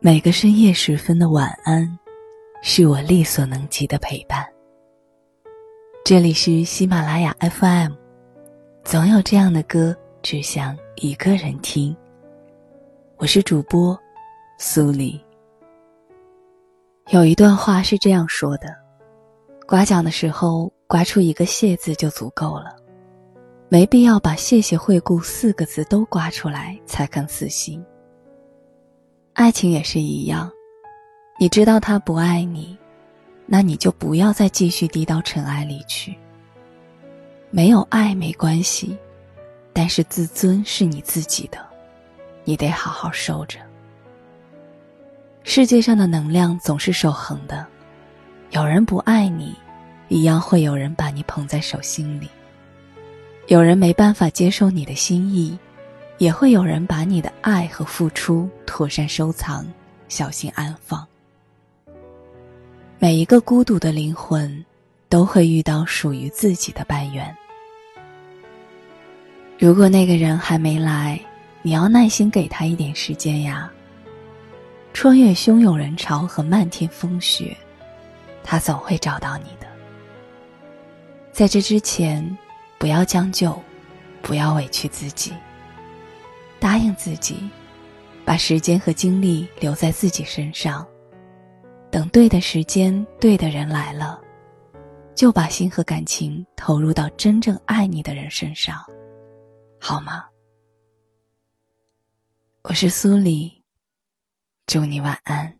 每个深夜时分的晚安，是我力所能及的陪伴。这里是喜马拉雅 FM， 总有这样的歌，只想一个人听。我是主播苏黎。有一段话是这样说的：刮奖的时候，刮出一个谢字就足够了，没必要把谢谢惠顾4个字都刮出来才肯死心。爱情也是一样，你知道他不爱你，那你就不要再继续低到尘埃里去。没有爱没关系，但是自尊是你自己的，你得好好收着。世界上的能量总是守恒的，有人不爱你，一样会有人把你捧在手心里。有人没办法接受你的心意，也会有人把你的爱和付出妥善收藏，小心安放。每一个孤独的灵魂都会遇到属于自己的伴缘。如果那个人还没来，你要耐心给他一点时间呀。穿越汹涌人潮和漫天风雪，他总会找到你的。在这之前，不要将就，不要委屈自己，答应自己，把时间和精力留在自己身上，等对的时间对的人来了，就把心和感情投入到真正爱你的人身上，好吗？我是苏黎，祝你晚安。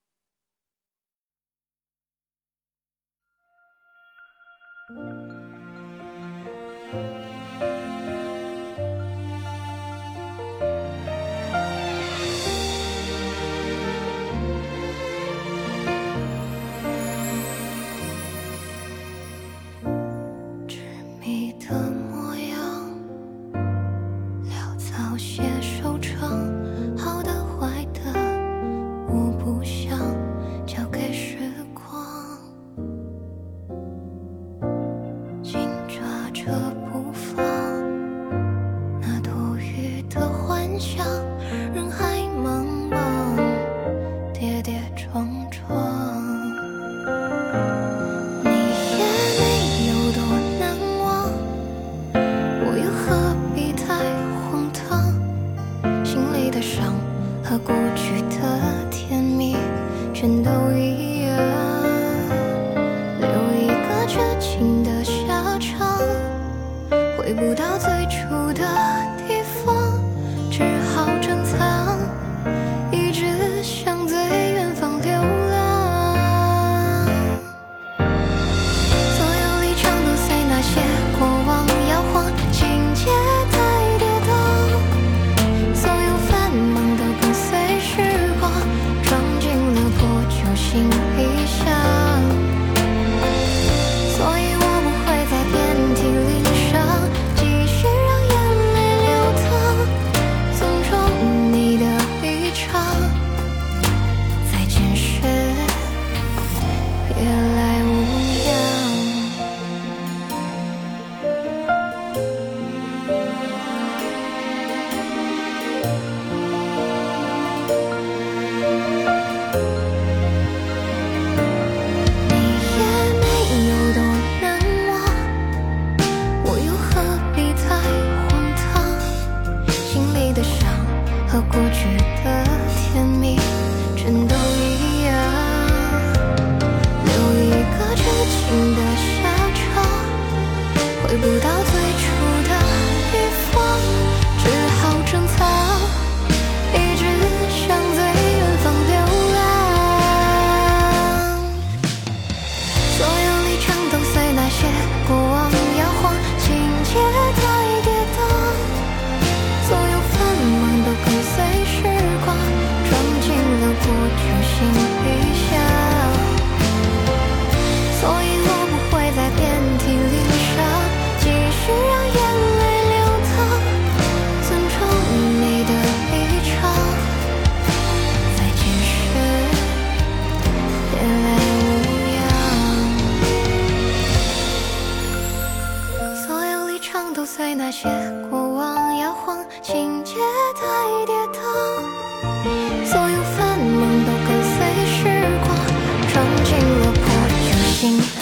和过去的甜蜜全都一样，留一个绝情的下场，回不到最初的地方，只好珍藏，一直向最远方流浪。所有离场都随那些过往摇晃，情节太跌宕，所有繁忙行李箱，所以我不会在遍体鳞伤，继续让眼泪流淌，尊重你的立场，再见时别来无恙。和过去的甜蜜全都一样，留一个绝情的下场，回不到最初的地方，只好珍藏，一直向最远方流浪。所有离场都随那些过往摇晃，情节太跌宕，所有繁忙都跟随时光， 心。